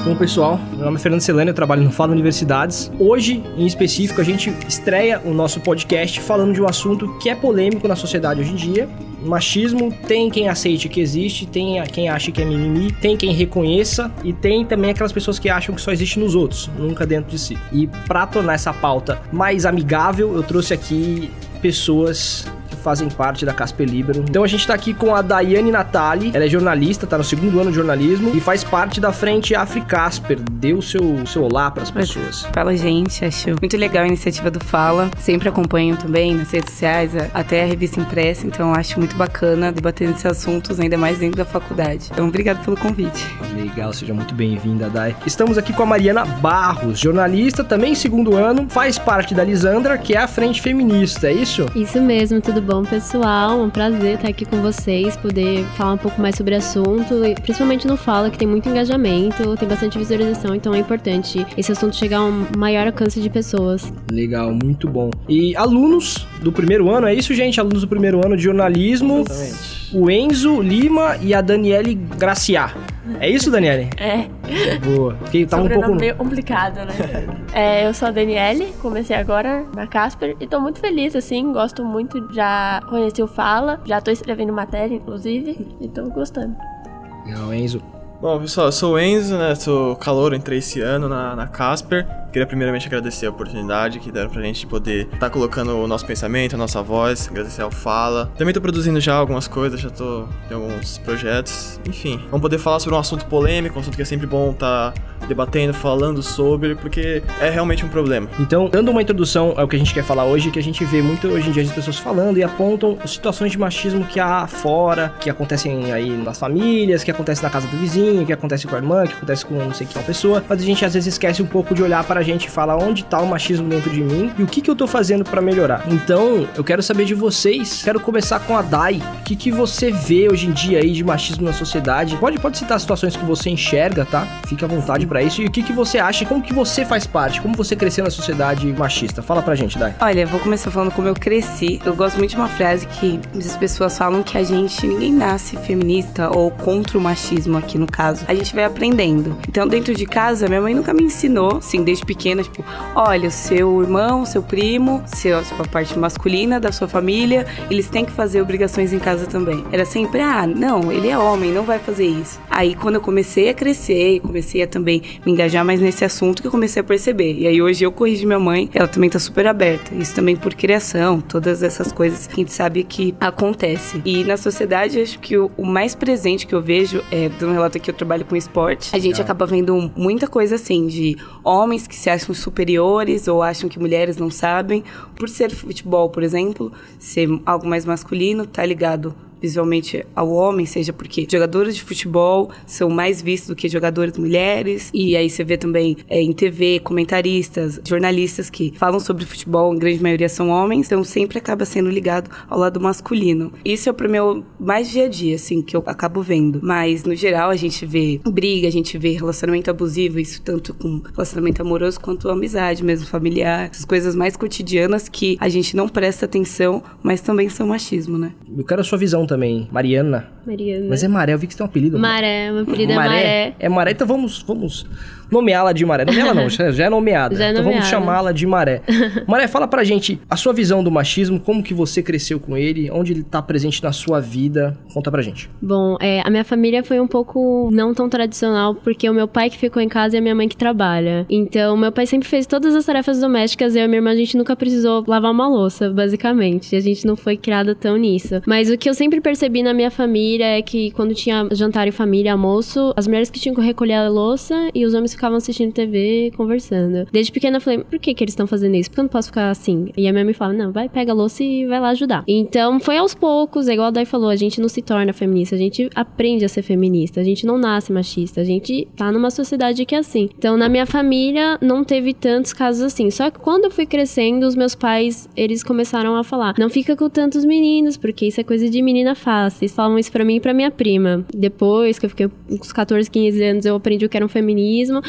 Bom, pessoal, meu nome é Fernando Celano, eu trabalho no Fala Universidades. Hoje, em específico, a gente estreia o nosso podcast falando de um assunto que é polêmico na sociedade hoje em dia. Machismo, tem quem aceite que existe, tem quem acha que é mimimi, tem quem reconheça e tem também aquelas pessoas que acham que só existe nos outros, nunca dentro de si. E pra tornar essa pauta mais amigável, eu trouxe aqui pessoas que fazem parte da Casper Libero. Então a gente tá aqui com a Daiane Natali, ela é jornalista, tá no 2º ano de jornalismo e faz parte da frente AfriCasper. Dê o seu olá pras pessoas. Fala, gente, acho muito legal a iniciativa do Fala, sempre acompanho também nas redes sociais, até a revista impressa, então acho muito bacana debater esses assuntos, ainda mais dentro da faculdade. Então, obrigado pelo convite. Legal, seja muito bem-vinda, Dai. Estamos aqui com a Mariana Barros, jornalista, também 2º ano, faz parte da Lisandra, que é a frente feminista, é isso? Isso mesmo, tudo bom, pessoal? Um prazer estar aqui com vocês, poder falar um pouco mais sobre o assunto, e principalmente no Fala, que tem muito engajamento, tem bastante visualização, então é importante esse assunto chegar a um maior alcance de pessoas. Legal, muito bom. E alunos do 1º ano, é isso, gente? Alunos do 1º ano de jornalismo. Exatamente. O Enzo Lima e a Daniele Graciá. É isso, Daniele? É. Boa. Porque tá um pouco meio complicado, né? Eu sou a Daniele, comecei agora na Casper e tô muito feliz, assim, gosto muito, já conheci o Fala, já tô escrevendo matéria, inclusive, e tô gostando. Legal, Enzo. Bom, pessoal, eu sou o Enzo, né? Sou calouro, entrei esse ano na Casper. Queria primeiramente agradecer a oportunidade que deram pra gente poder estar colocando o nosso pensamento, a nossa voz, agradecer ao Fala. Também tô produzindo já algumas coisas, já tem alguns projetos. Enfim, vamos poder falar sobre um assunto polêmico, um assunto que é sempre bom estar debatendo, falando sobre, porque é realmente um problema. Então, dando uma introdução ao que a gente quer falar hoje, que a gente vê muito hoje em dia as pessoas falando e apontam situações de machismo que há fora, que acontecem aí nas famílias, que acontecem na casa do vizinho, que acontece com a irmã, que acontece com não sei que pessoa, mas a gente às vezes esquece um pouco de olhar para a gente e falar onde tá o machismo dentro de mim e o que eu tô fazendo para melhorar. Então, eu quero saber de vocês, quero começar com a Dai, o que você vê hoje em dia aí de machismo na sociedade? Pode citar situações que você enxerga, tá? Fica à vontade para isso. E o que você acha, como que você faz parte, como você cresceu na sociedade machista? Fala pra gente, Dai. Olha, vou começar falando como eu cresci. Eu gosto muito de uma frase que as pessoas falam que ninguém nasce feminista ou contra o machismo aqui no caso. A gente vai aprendendo. Então, dentro de casa, minha mãe nunca me ensinou, assim, desde pequena, tipo, olha, o seu irmão, o seu primo, a parte masculina da sua família, eles têm que fazer obrigações em casa também. Era sempre, não, ele é homem, não vai fazer isso. Aí, quando eu comecei a crescer, comecei a também me engajar mais nesse assunto, que eu comecei a perceber. E aí, hoje eu corrijo minha mãe, ela também tá super aberta. Isso também por criação, todas essas coisas que a gente sabe que acontece. E na sociedade, acho que o mais presente que eu vejo é, do relato aqui, eu trabalho com esporte, a gente acaba vendo muita coisa assim, de homens que se acham superiores ou acham que mulheres não sabem, por ser futebol, por exemplo, ser algo mais masculino, tá ligado visualmente ao homem, seja porque jogadores de futebol são mais vistos do que jogadoras mulheres, e aí você vê também em TV, comentaristas, jornalistas que falam sobre futebol, em grande maioria são homens, então sempre acaba sendo ligado ao lado masculino. Isso é pro meu mais dia a dia, assim, que eu acabo vendo. Mas, no geral, a gente vê briga, a gente vê relacionamento abusivo, isso tanto com relacionamento amoroso quanto amizade mesmo, familiar, essas coisas mais cotidianas que a gente não presta atenção, mas também são machismo, né? Eu quero a sua visão também, Mariana. Mas é Maré, eu vi que você tem um apelido. Maré, meu apelido é Maré. É Maré, então vamos nomeá-la de Maré. Nomeá-la não, já é nomeada. Então vamos chamá-la de Maré. Maré, fala pra gente a sua visão do machismo, como que você cresceu com ele, onde ele tá presente na sua vida. Conta pra gente. Bom, a minha família foi um pouco não tão tradicional, porque o meu pai que ficou em casa e a minha mãe que trabalha. Então, meu pai sempre fez todas as tarefas domésticas, eu e minha irmã, a gente nunca precisou lavar uma louça, basicamente. A gente não foi criada tão nisso. Mas o que eu sempre percebi na minha família é que quando tinha jantar em família, almoço, as mulheres que tinham que recolher a louça e os homens ficavam assistindo TV, conversando. Desde pequena eu falei, por que eles estão fazendo isso? Por que eu não posso ficar assim? E a minha mãe fala, não, vai, pega a louça e vai lá ajudar. Então, foi aos poucos, igual a Dai falou, a gente não se torna feminista, a gente aprende a ser feminista, a gente não nasce machista, a gente tá numa sociedade que é assim. Então, na minha família, não teve tantos casos assim. Só que quando eu fui crescendo, os meus pais, eles começaram a falar, não fica com tantos meninos, porque isso é coisa de menina fácil. Eles falavam isso pra mim e pra minha prima. Depois que eu fiquei com uns 14, 15 anos, eu aprendi o que era um feminismo.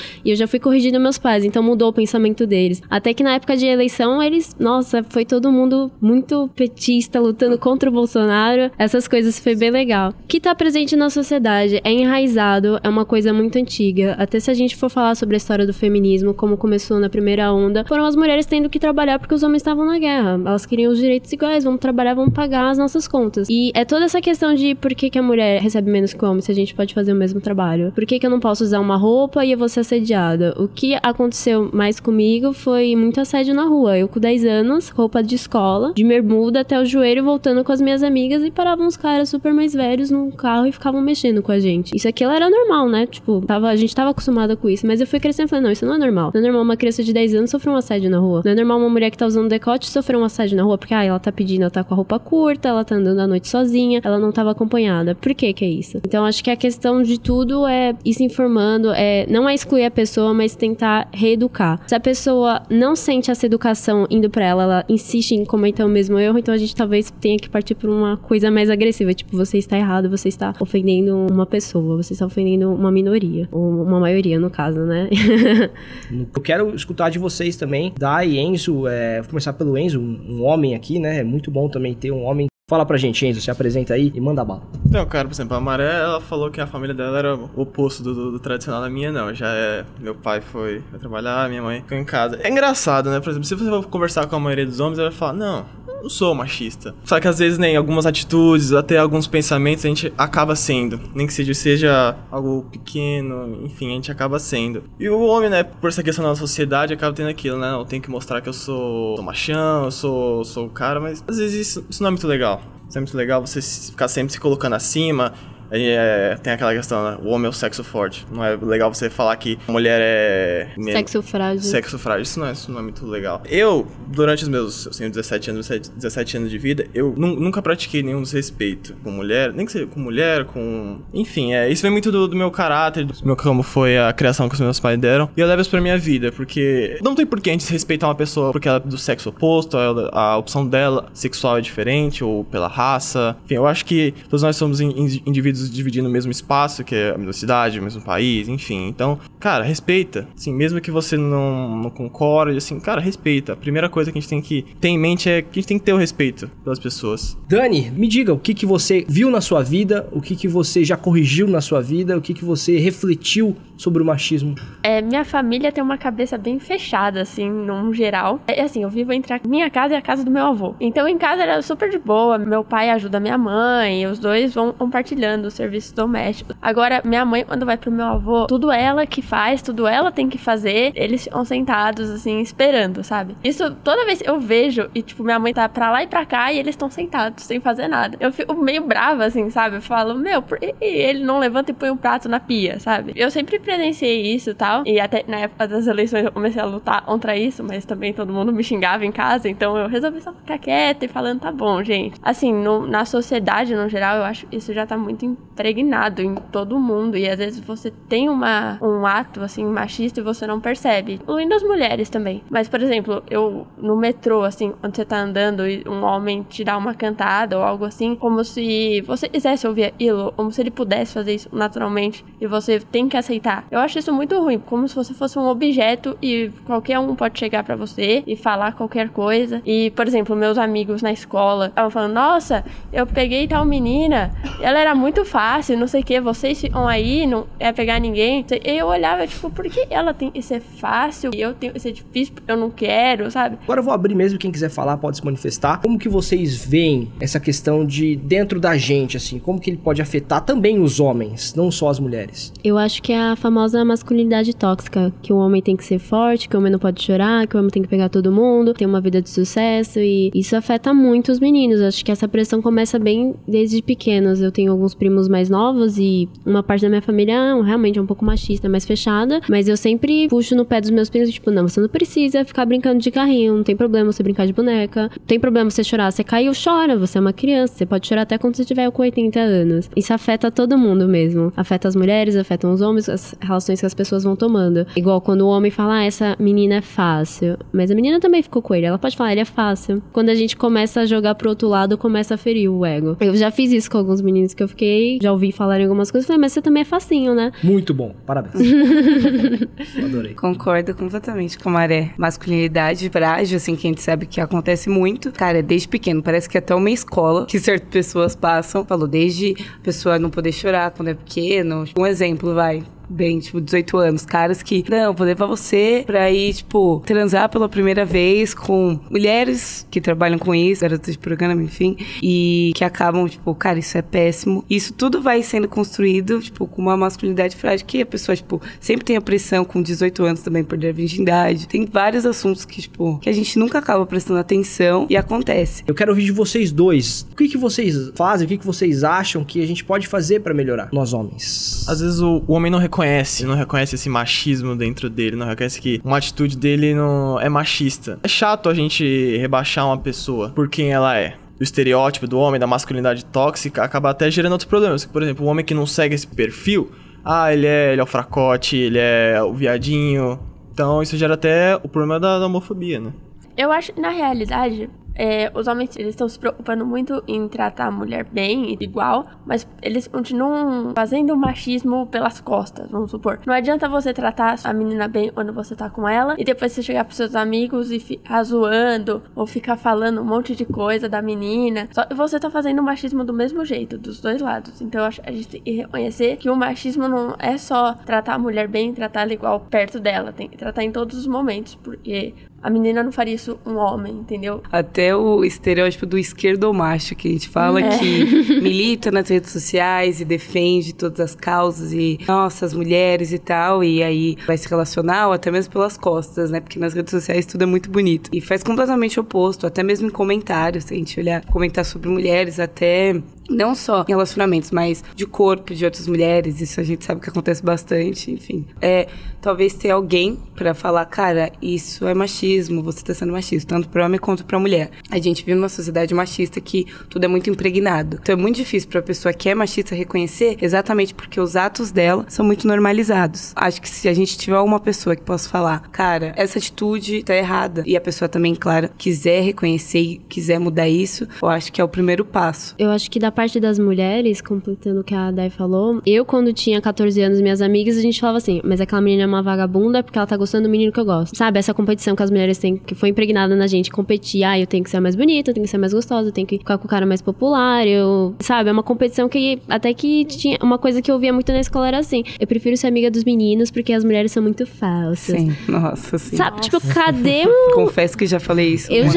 e eu já fui corrigindo meus pais, então mudou o pensamento deles. Até que na época de eleição, eles, nossa, foi todo mundo muito petista, lutando contra o Bolsonaro, essas coisas, foi bem legal. O que tá presente na sociedade é enraizado, é uma coisa muito antiga, até se a gente for falar sobre a história do feminismo, como começou na primeira onda, foram as mulheres tendo que trabalhar porque os homens estavam na guerra, elas queriam os direitos iguais, vamos trabalhar, vamos pagar as nossas contas. E é toda essa questão de por que a mulher recebe menos que o homem se a gente pode fazer o mesmo trabalho. Por que eu não posso usar uma roupa e eu vou ser assediada? O que aconteceu mais comigo foi muito assédio na rua. Eu com 10 anos, roupa de escola, de bermuda até o joelho, voltando com as minhas amigas e paravam uns caras super mais velhos no carro e ficavam mexendo com a gente. Isso aqui era normal, né? Tipo, a gente tava acostumada com isso, mas eu fui crescendo e falei, não, isso não é normal. Não é normal uma criança de 10 anos sofrer um assédio na rua. Não é normal uma mulher que tá usando decote sofrer um assédio na rua, porque ela tá pedindo, ela tá com a roupa curta, ela tá andando à noite sozinha, ela não tava acompanhada. Por que é isso? Então, acho que a questão de tudo é ir se informando, não é excluir a pessoa, mas tentar reeducar. Se a pessoa não sente essa educação indo pra ela insiste em cometer o mesmo erro, então a gente talvez tenha que partir por uma coisa mais agressiva, tipo, você está errado, você está ofendendo uma pessoa, você está ofendendo uma minoria, ou uma maioria, no caso, né? Eu quero escutar de vocês também, Dai e Enzo, vou começar pelo Enzo, um homem aqui, né? É muito bom também ter um homem. Fala pra gente, Enzo, se apresenta aí e manda bala. Então, cara, por exemplo, a Maré, ela falou que a família dela era o oposto do tradicional da minha, não. Meu pai foi trabalhar, minha mãe ficou em casa. É engraçado, né? Por exemplo, se você for conversar com a maioria dos homens, ela vai falar, não sou machista. Só que às vezes, nem algumas atitudes, até alguns pensamentos, a gente acaba sendo. Nem que seja algo pequeno, enfim, a gente acaba sendo. E o homem, né, por essa questão da sociedade, acaba tendo aquilo, né? Eu tenho que mostrar que eu sou machão, eu sou o cara, mas às vezes isso não é muito legal. Isso é muito legal você ficar sempre se colocando acima. Tem aquela questão, né? O homem é o sexo forte. Não é legal você falar que a mulher é... Sexo frágil. Sexo frágil. Isso não é muito legal. Eu, durante os meus 17 anos de vida, eu nunca pratiquei nenhum desrespeito com mulher. Nem que seja com mulher, com... Enfim, isso vem muito do meu caráter, como foi a criação que os meus pais deram. E eu levo isso pra minha vida, porque não tem por que a gente desrespeitar uma pessoa porque ela é do sexo oposto, a opção dela sexual é diferente, ou pela raça. Enfim, eu acho que todos nós somos indivíduos dividindo o mesmo espaço, que é a mesma cidade, o mesmo país, enfim. Então, cara, respeita. Assim, mesmo que você não concorde, assim, cara, respeita. A primeira coisa que a gente tem que ter em mente é que a gente tem que ter o respeito pelas pessoas. Dani, me diga o que você viu na sua vida, o que você já corrigiu na sua vida, o que você refletiu sobre o machismo. Minha família tem uma cabeça bem fechada, assim, num geral. Assim, eu vivo entre a minha casa e a casa do meu avô. Então, em casa era super de boa. Meu pai ajuda minha mãe, os dois vão compartilhando os serviços domésticos. Agora, minha mãe, quando vai pro meu avô, tudo ela que faz, tudo ela tem que fazer. Eles ficam sentados, assim, esperando, sabe? Isso, toda vez eu vejo, e tipo, minha mãe tá pra lá e pra cá, e eles estão sentados, sem fazer nada. Eu fico meio brava, assim, sabe? Eu falo, por que ele não levanta e põe um prato na pia, sabe? Eu sempre presenciei isso e tal, e até na época das eleições eu comecei a lutar contra isso, mas também todo mundo me xingava em casa, então eu resolvi só ficar quieta e falando, tá bom, gente. Assim, na sociedade, no geral, eu acho que isso já tá muito impregnado em todo mundo, e às vezes você tem um ato, assim, machista e você não percebe, incluindo as mulheres também. Mas, por exemplo, no metrô, assim, onde você tá andando e um homem te dá uma cantada ou algo assim, como se você quisesse ouvir aquilo, como se ele pudesse fazer isso naturalmente, e você tem que aceitar. Eu acho isso muito ruim, como se você fosse um objeto e qualquer um pode chegar pra você e falar qualquer coisa. E, por exemplo, meus amigos na escola estavam falando, nossa, eu peguei tal menina, ela era muito fácil, não sei o que, vocês ficam aí, não é pegar ninguém. E eu olhava, tipo, por que ela tem que ser fácil e eu tenho que ser difícil porque eu não quero, sabe? Agora eu vou abrir mesmo, quem quiser falar pode se manifestar. Como que vocês veem essa questão de dentro da gente, assim, como que ele pode afetar também os homens, não só as mulheres? Eu acho que é a famosa masculinidade tóxica, que o homem tem que ser forte, que o homem não pode chorar, que o homem tem que pegar todo mundo, ter uma vida de sucesso, e isso afeta muito os meninos. Eu acho que essa pressão começa bem desde pequenos. Eu tenho alguns primos mais novos e uma parte da minha família realmente é um pouco machista, mais fechada, mas eu sempre puxo no pé dos meus primos, tipo, não, você não precisa ficar brincando de carrinho, não tem problema você brincar de boneca, não tem problema você chorar, você caiu, chora, você é uma criança, você pode chorar até quando você tiver com 80 anos. Isso afeta todo mundo mesmo, afeta as mulheres, afeta os homens, as relações que as pessoas vão tomando. Igual quando o homem fala, essa menina é fácil, mas a menina também ficou com ele, ela pode falar, ele é fácil. Quando a gente começa a jogar pro outro lado, começa a ferir o ego. Eu já fiz isso com alguns meninos que eu fiquei falei, já ouvi falar em algumas coisas, falei, mas você também é facinho, né? Muito bom, parabéns. Adorei. Concordo completamente com a Maré. Masculinidade frágil, assim, que a gente sabe que acontece muito. Cara, desde pequeno, parece que até uma escola que certas pessoas passam, falou, desde a pessoa não poder chorar quando é pequeno. Um exemplo, vai. Bem, tipo, 18 anos, caras que, não, vou levar você pra ir, tipo, transar pela primeira vez com mulheres que trabalham com isso, garotas de programa, enfim, e que acabam, tipo, cara, isso é péssimo. Isso tudo vai sendo construído, tipo, com uma masculinidade frágil, que a pessoa, tipo, sempre tem a pressão com 18 anos também, perder a virgindade. Tem vários assuntos que, tipo, que a gente nunca acaba prestando atenção e acontece. Eu quero ouvir de vocês dois. O que vocês fazem, o que vocês acham que a gente pode fazer pra melhorar, nós homens? Às vezes o homem não reconhece esse machismo dentro dele, não reconhece que uma atitude dele não é machista. É chato a gente rebaixar uma pessoa por quem ela é. O estereótipo do homem, da masculinidade tóxica, acaba até gerando outros problemas. Por exemplo, o homem que não segue esse perfil, ele é o fracote, ele é o viadinho. Então isso gera até o problema da homofobia, né? Eu acho, na realidade, os homens, eles estão se preocupando muito em tratar a mulher bem, igual, mas eles continuam fazendo o machismo pelas costas, vamos supor. Não adianta você tratar a menina bem quando você tá com ela, e depois você chegar pros seus amigos e ficar zoando, ou ficar falando um monte de coisa da menina. Só que você tá fazendo o machismo do mesmo jeito, dos dois lados. Então eu acho que a gente tem que reconhecer que o machismo não é só tratar a mulher bem, tratar ela igual perto dela, tem que tratar em todos os momentos, porque a menina não faria isso um homem, entendeu? Até o estereótipo do esquerdomacho, que a gente fala que milita nas redes sociais e defende todas as causas e, nossa, as mulheres e tal, e aí vai se relacionar ou até mesmo pelas costas, né? Porque nas redes sociais tudo é muito bonito. E faz completamente oposto, até mesmo em comentários, se a gente olhar, comentar sobre mulheres, até não só em relacionamentos, mas de corpo de outras mulheres, isso a gente sabe que acontece bastante, enfim. Talvez ter alguém pra falar, cara, isso é machismo, você tá sendo machista, tanto pra homem quanto pra mulher. A gente vive numa sociedade machista que tudo é muito impregnado. Então é muito difícil pra pessoa que é machista reconhecer, exatamente porque os atos dela são muito normalizados. Acho que se a gente tiver uma pessoa que possa falar, cara, essa atitude tá errada, e a pessoa também, claro, quiser reconhecer e quiser mudar isso, eu acho que é o primeiro passo. Eu acho que da parte das mulheres, completando o que a Day falou, eu quando tinha 14 anos, minhas amigas, a gente falava assim, mas aquela menina é uma vagabunda porque ela tá gostando do menino que eu gosto. Sabe, essa competição que as mulheres têm, que foi impregnada na gente, competir, eu tenho que ser mais bonita, eu tenho que ser mais gostosa, eu tenho que ficar com o cara mais popular, sabe, é uma competição que, até que tinha, uma coisa que eu via muito na escola era assim, eu prefiro ser amiga dos meninos porque as mulheres são muito falsas. Sim, nossa, sim. Sabe, nossa. Tipo, cadê Confesso que já falei isso. Eu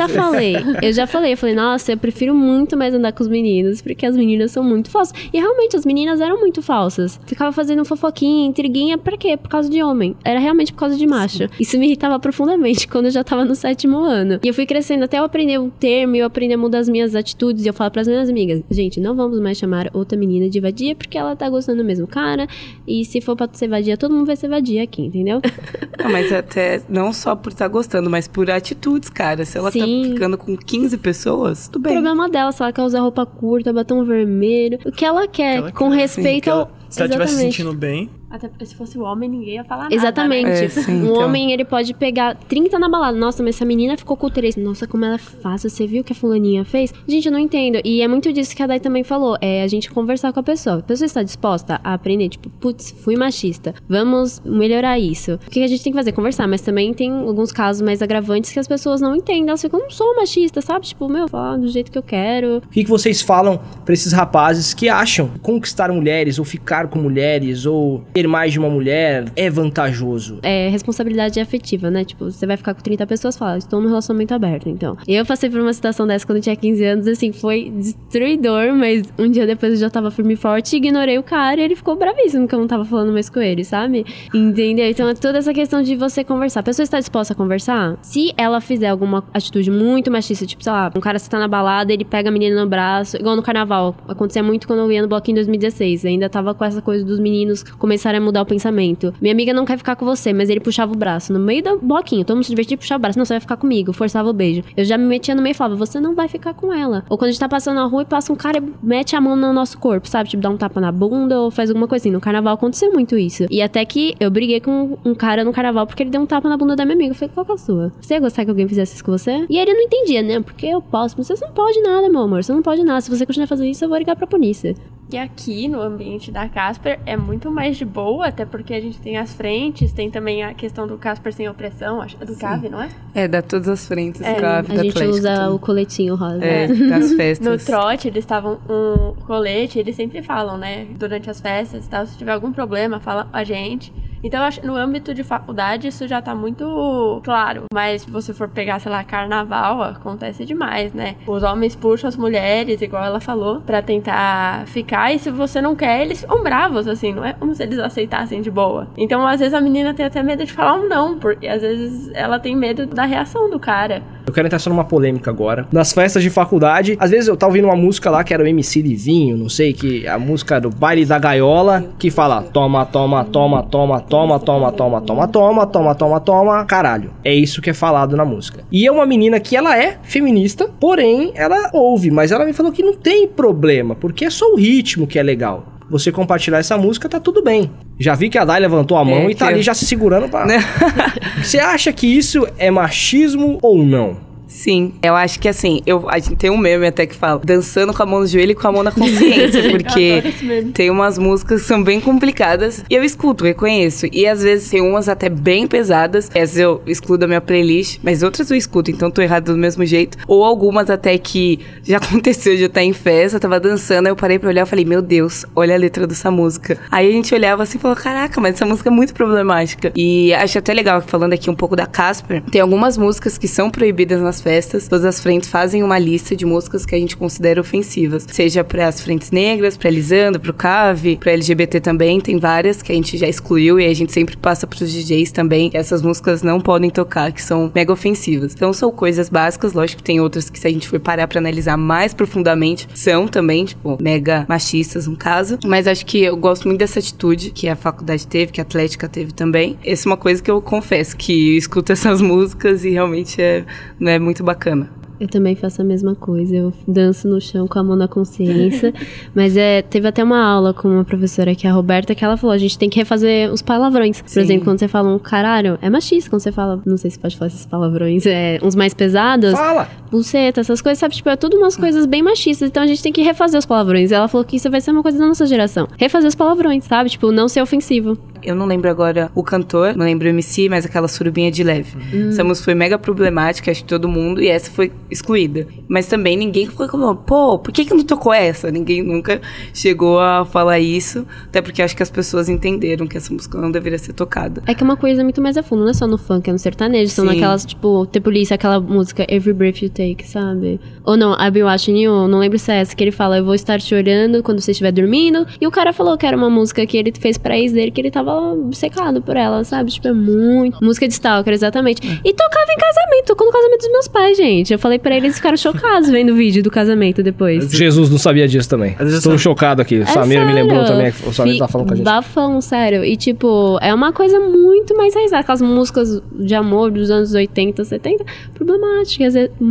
já falei, nossa, eu prefiro muito mais andar com os meninos, porque as meninas são muito falsas. E realmente, as meninas eram muito falsas. Ficava fazendo fofoquinha, intriguinha, pra quê? Por causa de homem. Era realmente por causa de macho. Sim. Isso me irritava profundamente quando eu já tava no 7º ano. E eu fui crescendo até eu aprender um termo, eu aprender a mudar as minhas atitudes. E eu falo pras minhas amigas, gente, não vamos mais chamar outra menina de vadia, porque ela tá gostando do mesmo cara. E se for pra ser vadia, todo mundo vai ser vadia aqui, entendeu? Não, mas até não só por estar gostando, mas por atitudes, cara. Se ela tá ficando com 15 pessoas, tudo bem. O problema dela, se ela quer usar roupa curta, batom vermelho, o que ela quer, com respeito ao... Se ela estiver se sentindo bem... Até porque se fosse o homem, ninguém ia falar nada, exatamente. Né? Um homem, ele pode pegar 30 na balada. Nossa, mas essa menina ficou com 3. Nossa, como ela é fácil. Você viu o que a fulaninha fez? Gente, eu não entendo. E é muito disso que a Day também falou. É a gente conversar com a pessoa. A pessoa está disposta a aprender, tipo, putz, fui machista. Vamos melhorar isso. O que a gente tem que fazer? Conversar. Mas também tem alguns casos mais agravantes que as pessoas não entendem. Elas ficam, eu não sou machista, sabe? Tipo, falar do jeito que eu quero. O que vocês falam pra esses rapazes que acham que conquistar mulheres, ou ficar com mulheres, ou ter mais de uma mulher é vantajoso? É responsabilidade afetiva, né? Tipo, você vai ficar com 30 pessoas, fala, estou num relacionamento aberto, então. Eu passei por uma situação dessa quando eu tinha 15 anos, assim, foi destruidor, mas um dia depois eu já tava firme e forte, ignorei o cara e ele ficou bravíssimo que eu não tava falando mais com ele, sabe? Entendeu? Então é toda essa questão de você conversar. A pessoa está disposta a conversar? Se ela fizer alguma atitude muito machista, tipo, sei lá, um cara está na balada, ele pega a menina no braço, igual no carnaval. Acontecia muito quando eu ia no bloquinho em 2016. Ainda tava com essa coisa dos meninos começarem a mudar o pensamento. Minha amiga não quer ficar com você, mas ele puxava o braço. No meio do bloquinho, todo mundo se divertia e puxava o braço. Não, você vai ficar comigo. Forçava o beijo. Eu já me metia no meio e falava, você não vai ficar com ela. Ou quando a gente tá passando na rua e passa um cara e mete a mão no nosso corpo, sabe? Tipo, dá um tapa na bunda ou faz alguma coisa assim. No carnaval aconteceu muito isso. E até que eu briguei com um cara no carnaval porque ele deu um tapa na bunda da minha amiga. Eu falei, qual que é a sua? Você ia gostar que alguém fizesse isso com você? E ele não entendia, né? Porque eu posso. Mas você não pode nada, meu amor. Você não pode nada. Se você continuar fazendo isso, eu vou ligar pra polícia. E aqui, no ambiente da Casper, é muito mais de boa, até porque a gente tem as frentes, tem também a questão do Casper sem opressão, acho, do CAV, não é? Dá todas as frentes, do CAV, a gente usa o coletinho rosa. Das festas. No trote, eles estavam um colete, eles sempre falam, né, durante as festas e tal, se tiver algum problema, fala a gente. Então, eu acho que no âmbito de faculdade isso já tá muito claro. Mas se você for pegar, sei lá, carnaval, acontece demais, né? Os homens puxam as mulheres, igual ela falou, pra tentar ficar. E se você não quer, eles ficam bravos, assim. Não é como se eles aceitassem de boa. Então, às vezes, a menina tem até medo de falar um não. Porque, às vezes, ela tem medo da reação do cara. Eu quero entrar só numa polêmica agora. Nas festas de faculdade, às vezes eu tava ouvindo uma música lá que era o MC Livinho, não sei, que a música do Baile da Gaiola, que fala toma, toma, toma, toma, toma, toma, toma, toma, toma, toma, toma, toma, caralho. É isso que é falado na música. E é uma menina que ela é feminista, porém ela ouve, mas ela me falou que não tem problema, porque é só o ritmo que é legal. Você compartilhar essa música, tá tudo bem. Já vi que a Dai levantou a mão e tá ali já se segurando pra... Você acha que isso é machismo ou não? Sim, eu acho que assim, a gente tem um meme até que fala dançando com a mão no joelho e com a mão na consciência, porque tem umas músicas que são bem complicadas e eu escuto, reconheço, e às vezes tem umas até bem pesadas, às vezes eu excluo da minha playlist, mas outras eu escuto, então tô errado do mesmo jeito, ou algumas até que já aconteceu de eu estar em festa, tava dançando, aí eu parei pra olhar e falei, meu Deus, olha a letra dessa música. Aí a gente olhava assim e falou, caraca, mas essa música é muito problemática. E acho até legal, falando aqui um pouco da Casper, tem algumas músicas que são proibidas nas festas, todas as frentes fazem uma lista de músicas que a gente considera ofensivas, seja para as frentes negras, para Lisandro, para o CAV, para LGBT também, tem várias que a gente já excluiu e a gente sempre passa para os DJs também, que essas músicas não podem tocar, que são mega ofensivas. Então são coisas básicas, lógico que tem outras que se a gente for parar para analisar mais profundamente, são também, tipo, mega machistas no caso, mas acho que eu gosto muito dessa atitude que a faculdade teve, que a Atlética teve também. Essa é uma coisa que eu confesso, que eu escuto essas músicas e realmente não é muito bacana. Eu também faço a mesma coisa, eu danço no chão com a mão na consciência, mas teve até uma aula com uma professora que é a Roberta, que ela falou, a gente tem que refazer os palavrões. Por exemplo, quando você fala um caralho, é machista quando você fala, não sei se pode falar esses palavrões, uns mais pesados. Fala! Buceta, essas coisas, sabe? Tipo, é tudo umas coisas bem machistas, então a gente tem que refazer os palavrões. Ela falou que isso vai ser uma coisa da nossa geração. Refazer os palavrões, sabe? Tipo, não ser ofensivo. Eu não lembro agora o cantor, não lembro o MC, mas aquela surubinha de leve. Essa música foi mega problemática, acho que todo mundo, e essa foi excluída. Mas também ninguém ficou como, pô, por que não tocou essa? Ninguém nunca chegou a falar isso, até porque acho que as pessoas entenderam que essa música não deveria ser tocada. É que é uma coisa muito mais a fundo, não é só no funk, é no sertanejo, são naquelas, tipo, The Police, aquela música Every Breath You Take, sabe? Ou não, I'll Be Watching You, não lembro se é essa, que ele fala, eu vou estar te olhando quando você estiver dormindo, e o cara falou que era uma música que ele fez pra ex dele, que ele tava secado por ela, sabe? Tipo, é muito... Música de stalker, exatamente. E tocava em casamento, tocou no casamento dos meus pais, gente. Eu falei pra eles, ficaram chocados vendo o vídeo do casamento depois. Jesus não sabia disso também. Estou chocado aqui. O Samir me lembrou também. O Samir tá falando com a gente. Bafão, sério. E tipo, é uma coisa muito mais raizada. Aquelas músicas de amor dos anos 80, 70, problemáticas.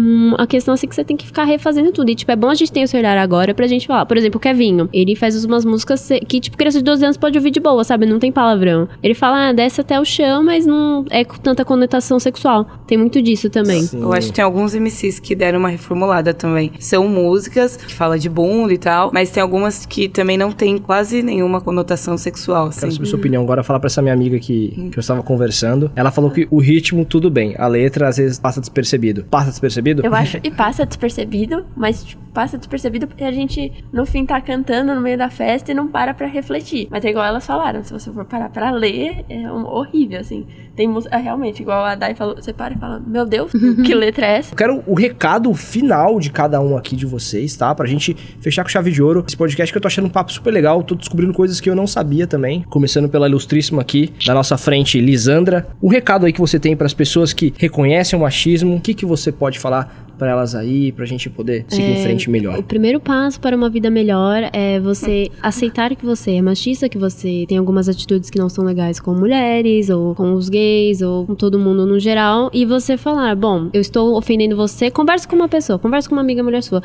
A questão assim que você tem que ficar refazendo tudo. E tipo, é bom a gente ter esse olhar agora pra gente falar. Por exemplo, o Kevinho, ele faz umas músicas que tipo, criança de 12 anos pode ouvir de boa, sabe? Não tem palavrão. Ele fala, desce até o chão, mas não é com tanta conotação sexual. Tem muito disso também. Sim. Eu acho que tem alguns MCs que deram uma reformulada também. São músicas que falam de bunda e tal, mas tem algumas que também não tem quase nenhuma conotação sexual. Quero saber sua opinião agora, falar pra essa minha amiga que eu estava conversando. Ela falou que o ritmo, tudo bem. A letra, às vezes, passa despercebido. Passa despercebido? Eu acho que passa despercebido, mas tipo, passa despercebido porque a gente, no fim, tá cantando no meio da festa e não para pra refletir. Mas é igual elas falaram, se você for parar pra ler, é horrível, assim. Tem música, realmente, igual a Dai falou, você para e fala, meu Deus, que letra é essa? Eu quero o recado final de cada um aqui de vocês, tá? Pra gente fechar com chave de ouro esse podcast, que eu tô achando um papo super legal, tô descobrindo coisas que eu não sabia também, começando pela ilustríssima aqui, da nossa frente, Lisandra. Um recado aí que você tem pras pessoas que reconhecem o machismo, o que você pode falar pra elas aí, pra gente poder seguir em frente melhor? O primeiro passo para uma vida melhor é você aceitar que você é machista, que você tem algumas atitudes que não são legais com mulheres, ou com os gays, ou com todo mundo no geral, e você falar, bom, eu estou ofendendo você, conversa com uma pessoa, conversa com uma amiga mulher sua,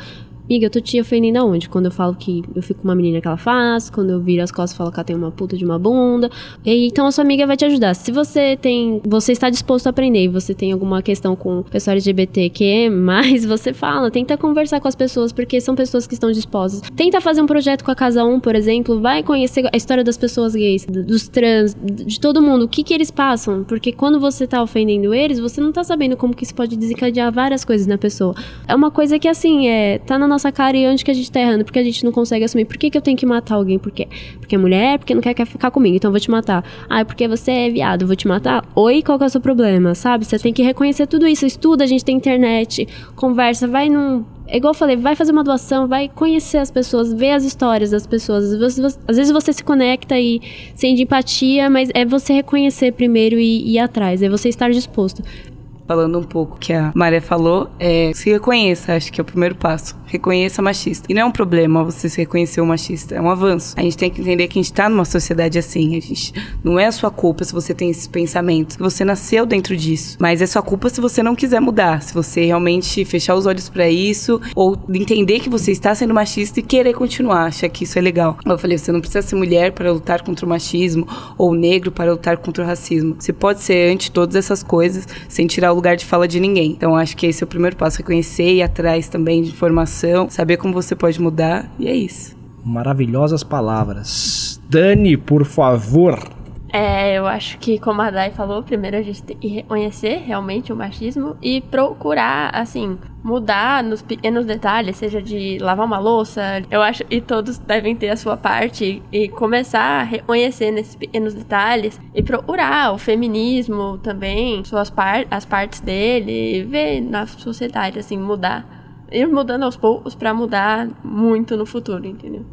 amiga, eu tô te ofendendo aonde? Quando eu falo que eu fico com uma menina que ela faz, quando eu viro as costas e falo que ela tem uma puta de uma bunda. E, então a sua amiga vai te ajudar. Se você está disposto a aprender e você tem alguma questão com o pessoal LGBTQ+, você fala, tenta conversar com as pessoas, porque são pessoas que estão dispostas. Tenta fazer um projeto com a Casa 1, por exemplo, vai conhecer a história das pessoas gays, dos trans, de todo mundo, o que eles passam, porque quando você tá ofendendo eles, você não tá sabendo como que isso pode desencadear várias coisas na pessoa. É uma coisa que, assim, tá na nossa cara e onde que a gente tá errando, porque a gente não consegue assumir. Por que eu tenho que matar alguém? Por quê? Porque é mulher, porque não quer ficar comigo, então eu vou te matar. Ah, porque você é viado, eu vou te matar? Oi, qual que é o seu problema, sabe? Você tem que reconhecer tudo isso, estuda, a gente tem internet, conversa, vai num... É igual eu falei, vai fazer uma doação, vai conhecer as pessoas, ver as histórias das pessoas. Às vezes você se conecta e sente empatia, mas é você reconhecer primeiro e ir atrás, é você estar disposto. Falando um pouco que a Maré falou, se reconheça, acho que é o primeiro passo. Reconheça machista. E não é um problema você se reconhecer um machista, é um avanço. A gente tem que entender que a gente tá numa sociedade assim. Não é a sua culpa se você tem esses pensamentos, que você nasceu dentro disso. Mas é sua culpa se você não quiser mudar, se você realmente fechar os olhos pra isso, ou entender que você está sendo machista e querer continuar, achar que isso é legal. Eu falei, você não precisa ser mulher para lutar contra o machismo, ou negro para lutar contra o racismo. Você pode ser anti todas essas coisas, sem tirar o lugar de fala de ninguém. Então acho que esse é o primeiro passo, reconhecer e ir atrás também de informação, saber como você pode mudar, e é isso. Maravilhosas palavras. Dani, por favor. Eu acho que, como a Dai falou, primeiro a gente tem que reconhecer realmente o machismo e procurar, assim, mudar nos pequenos detalhes, seja de lavar uma louça. Eu acho que todos devem ter a sua parte e começar a reconhecer nesses pequenos detalhes e procurar o feminismo também, as partes dele, e ver na sociedade, assim, mudar. Ir mudando aos poucos pra mudar muito no futuro, entendeu?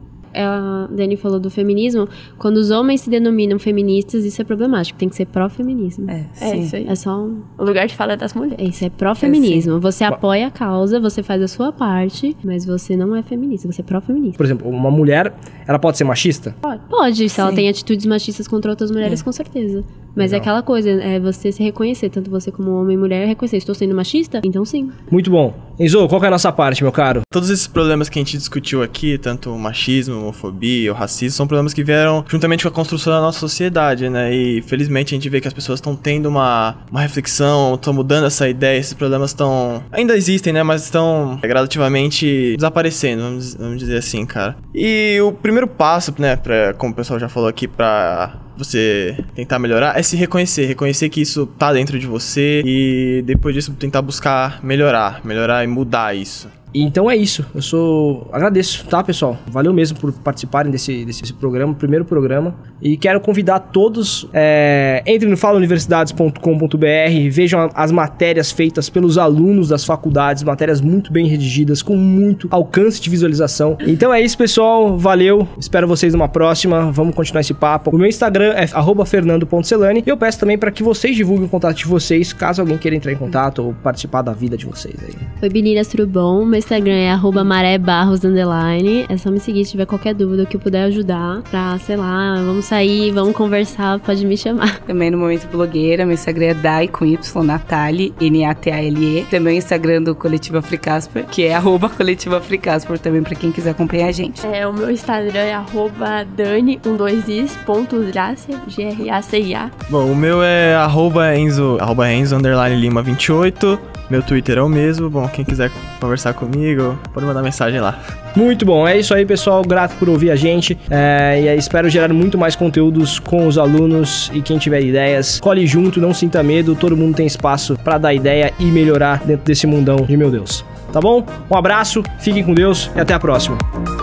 A Dani falou do feminismo. Quando os homens se denominam feministas, isso é problemático. Tem que ser pró-feminismo. Sim. Isso aí. É só o lugar de fala é das mulheres. Isso é pró-feminismo. Você apoia a causa, você faz a sua parte, mas você não é feminista, você é pró-feminista. Por exemplo, uma mulher, ela pode ser machista? Pode, se ela tem atitudes machistas contra outras mulheres, com certeza. Mas é aquela coisa, é você se reconhecer, tanto você como homem e mulher, reconhecer. Estou sendo machista? Então sim. Muito bom. Enzo, qual que é a nossa parte, meu caro? Todos esses problemas que a gente discutiu aqui, tanto o machismo, a homofobia, o racismo, são problemas que vieram juntamente com a construção da nossa sociedade, né? E felizmente a gente vê que as pessoas estão tendo uma reflexão, estão mudando essa ideia, esses problemas ainda existem, né? Mas estão gradativamente desaparecendo, vamos dizer assim, cara. E o primeiro passo, né, como o pessoal já falou aqui, pra você tentar melhorar, é se reconhecer que isso tá dentro de você e depois disso tentar buscar melhorar e mudar isso. Então é isso, agradeço, tá, pessoal? Valeu mesmo por participarem desse programa, primeiro programa. E quero convidar todos, entrem no falauniversidades.com.br, vejam as matérias feitas pelos alunos das faculdades, matérias muito bem redigidas, com muito alcance de visualização. Então é isso, pessoal, valeu, espero vocês numa próxima, vamos continuar esse papo. O meu Instagram é @fernando.celani e eu peço também para que vocês divulguem o contato de vocês, caso alguém queira entrar em contato ou participar da vida de vocês aí. Oi, meninas, tudo bom? Meu Instagram é @marebarros_. É só me seguir se tiver qualquer dúvida que eu puder ajudar pra, sei lá, vamos sair, vamos conversar, pode me chamar. Também no Momento Blogueira, meu Instagram é Dai com Y, Nathalie, Natale. Também o Instagram do Coletivo Africasper, que é @coletivoafricasper também pra quem quiser acompanhar a gente. O meu Instagram é @dani12is.gracia, GRACIA. Bom, o meu é @Enzo_Lima28. Meu Twitter é o mesmo. Bom, quem quiser conversar comigo, pode mandar mensagem lá. Muito bom, é isso aí, pessoal. Grato por ouvir a gente. E espero gerar muito mais conteúdos com os alunos. E quem tiver ideias, colhe junto, não sinta medo. Todo mundo tem espaço pra dar ideia e melhorar dentro desse mundão de meu Deus. Tá bom? Um abraço, fiquem com Deus e até a próxima.